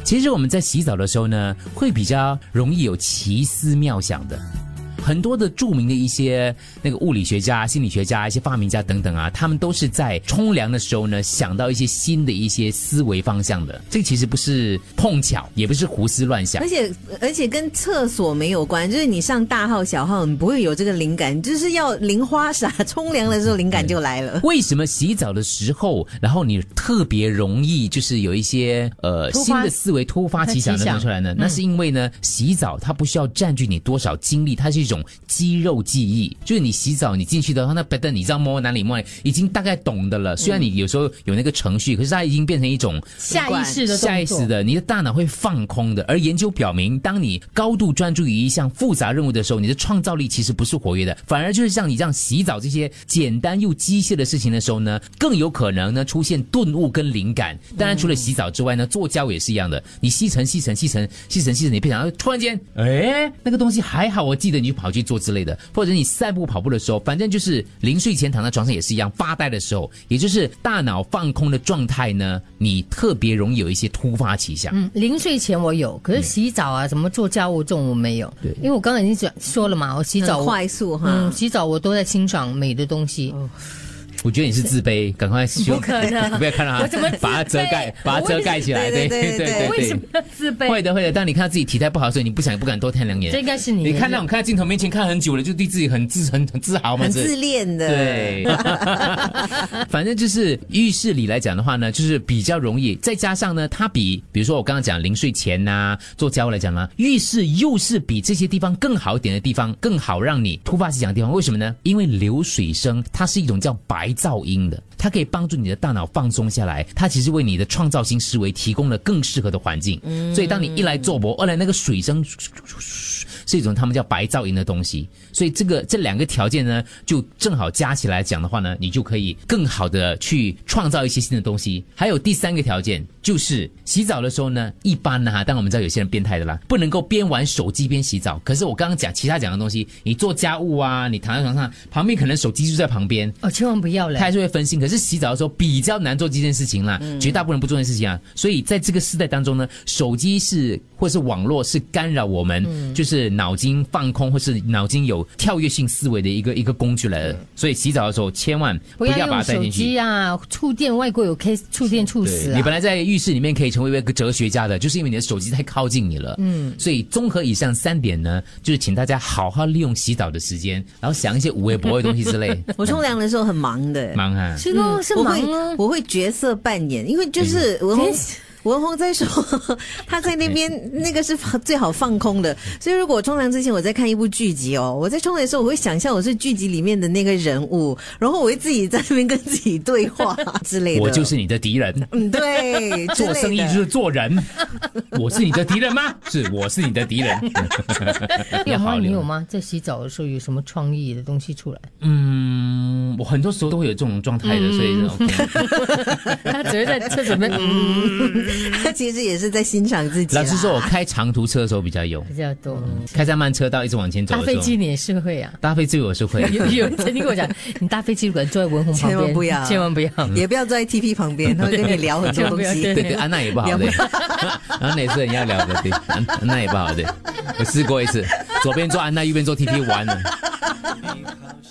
其实我们在洗澡的时候呢，会比较容易有奇思妙想的。很多的著名的一些那个物理学家、心理学家、一些发明家等等啊，他们都是在冲凉的时候呢，想到一些新的一些思维方向的。这个其实不是碰巧，也不是胡思乱想， 而且跟厕所没有关，就是你上大号小号，你不会有这个灵感，就是要淋花洒，冲凉的时候灵感就来了。 为什么洗澡的时候，然后你特别容易就是有一些新的思维突发奇想的弄出来呢？那是因为呢，洗澡它不需要占据你多少精力，它是一种肌肉记忆，就是你洗澡你进去的话，那bedden你知道摸哪里摸哪里，已经大概懂的了。虽然你有时候有那个程序，可是它已经变成一种下意识的动作， 下意识的，你的大脑会放空的。而研究表明，当你高度专注于一项复杂任务的时候，你的创造力其实不是活跃的，反而就是像你这样洗澡这些简单又机械的事情的时候呢，更有可能呢出现顿悟跟灵感。当然除了洗澡之外呢，做家务也是一样的，你吸尘，你不想突然间那个东西还好我记得，你就跑去做之类的，或者你散步跑步的时候，反正就是临睡前躺在床上也是一样，发呆的时候，也就是大脑放空的状态呢，你特别容易有一些突发奇想。 临睡前我有，可是洗澡啊，什么做家务这种我没有。对，因为我刚刚已经说了嘛，我洗澡很快速哈， 洗澡我都在欣赏美的东西。 我觉得你是自卑，赶快不可能， 不要看到他，把它遮盖起来。对， 为什么要自卑？ 会的。当你看到自己体态不好的时候，你不敢多看两眼。 这应该是你看那种看在镜头面前看很久了，就对自己很自豪嘛， 很自恋的。 对，反正就是浴室里来讲的话呢，就是比较容易，再加上呢，它比如说我刚刚讲临睡前啊，做家务来讲呢，浴室又是比这些地方更好一点的地方，更好让你突发奇想的地方。为什么呢？因为流水声它是一种叫白噪音的，它可以帮助你的大脑放松下来，它其实为你的创造性思维提供了更适合的环境。所以当你一来做博，二来那个水声是一种他们叫白噪音的东西，所以这两个条件呢，就正好加起来讲的话呢，你就可以更好的去创造一些新的东西。还有第三个条件就是洗澡的时候呢，一般呢，当然我们知道有些人变态的啦，不能够边玩手机边洗澡。可是我刚刚其他讲的东西，你做家务啊，你躺在床上，旁边可能手机就在旁边， 千万不要了， 它还是会分心。可是洗澡的时候比较难做这件事情啦，绝大部分人不做这件事情啊。所以在这个时代当中呢，手机或是网络是干扰我们，就是脑筋放空或是脑筋有跳跃性思维的一个工具来的。所以洗澡的时候千万不要把它带进去。 不要用手机啊，触电，外国有 case 触电触死啊。 你本来在浴室里面可以成为一个哲学家的，就是因为你的手机太靠近你了。所以综合以上3点呢，就是请大家好好利用洗澡的时间，然后想一些无微不微的东西之类。 我冲凉的时候很忙的， 忙啊， 是咯，是忙啊。 我会角色扮演，因为就是文宏在说他在那边那个是最好放空的，所以如果我冲凉之前我在看一部剧集我在冲凉的时候我会想象我是剧集里面的那个人物，然后我会自己在那边跟自己对话之类的。 我就是你的敌人。 对， 做生意就是做人。我是你的敌人吗？是，我是你的敌人。 你有吗？在洗澡的时候有什么创意的东西出来？ 我很多时候都会有这种状态的，所以是 OK。 他只会在厕所里面他其实也是在欣赏自己。 老实说，我开长途车的时候比较多，开在慢车道一直往前走的时候。 搭飞机你也是会啊？ 搭飞机我是会。 有人曾经跟我讲，你搭飞机如果坐在文宏旁边，千万不要， 也不要坐在 TP 旁边，他会跟你聊很多东西。 对，安娜也不好的，安娜也是很要聊的，对，安娜也不好的。我试过一次，左边坐安娜，右边坐 TP 玩了。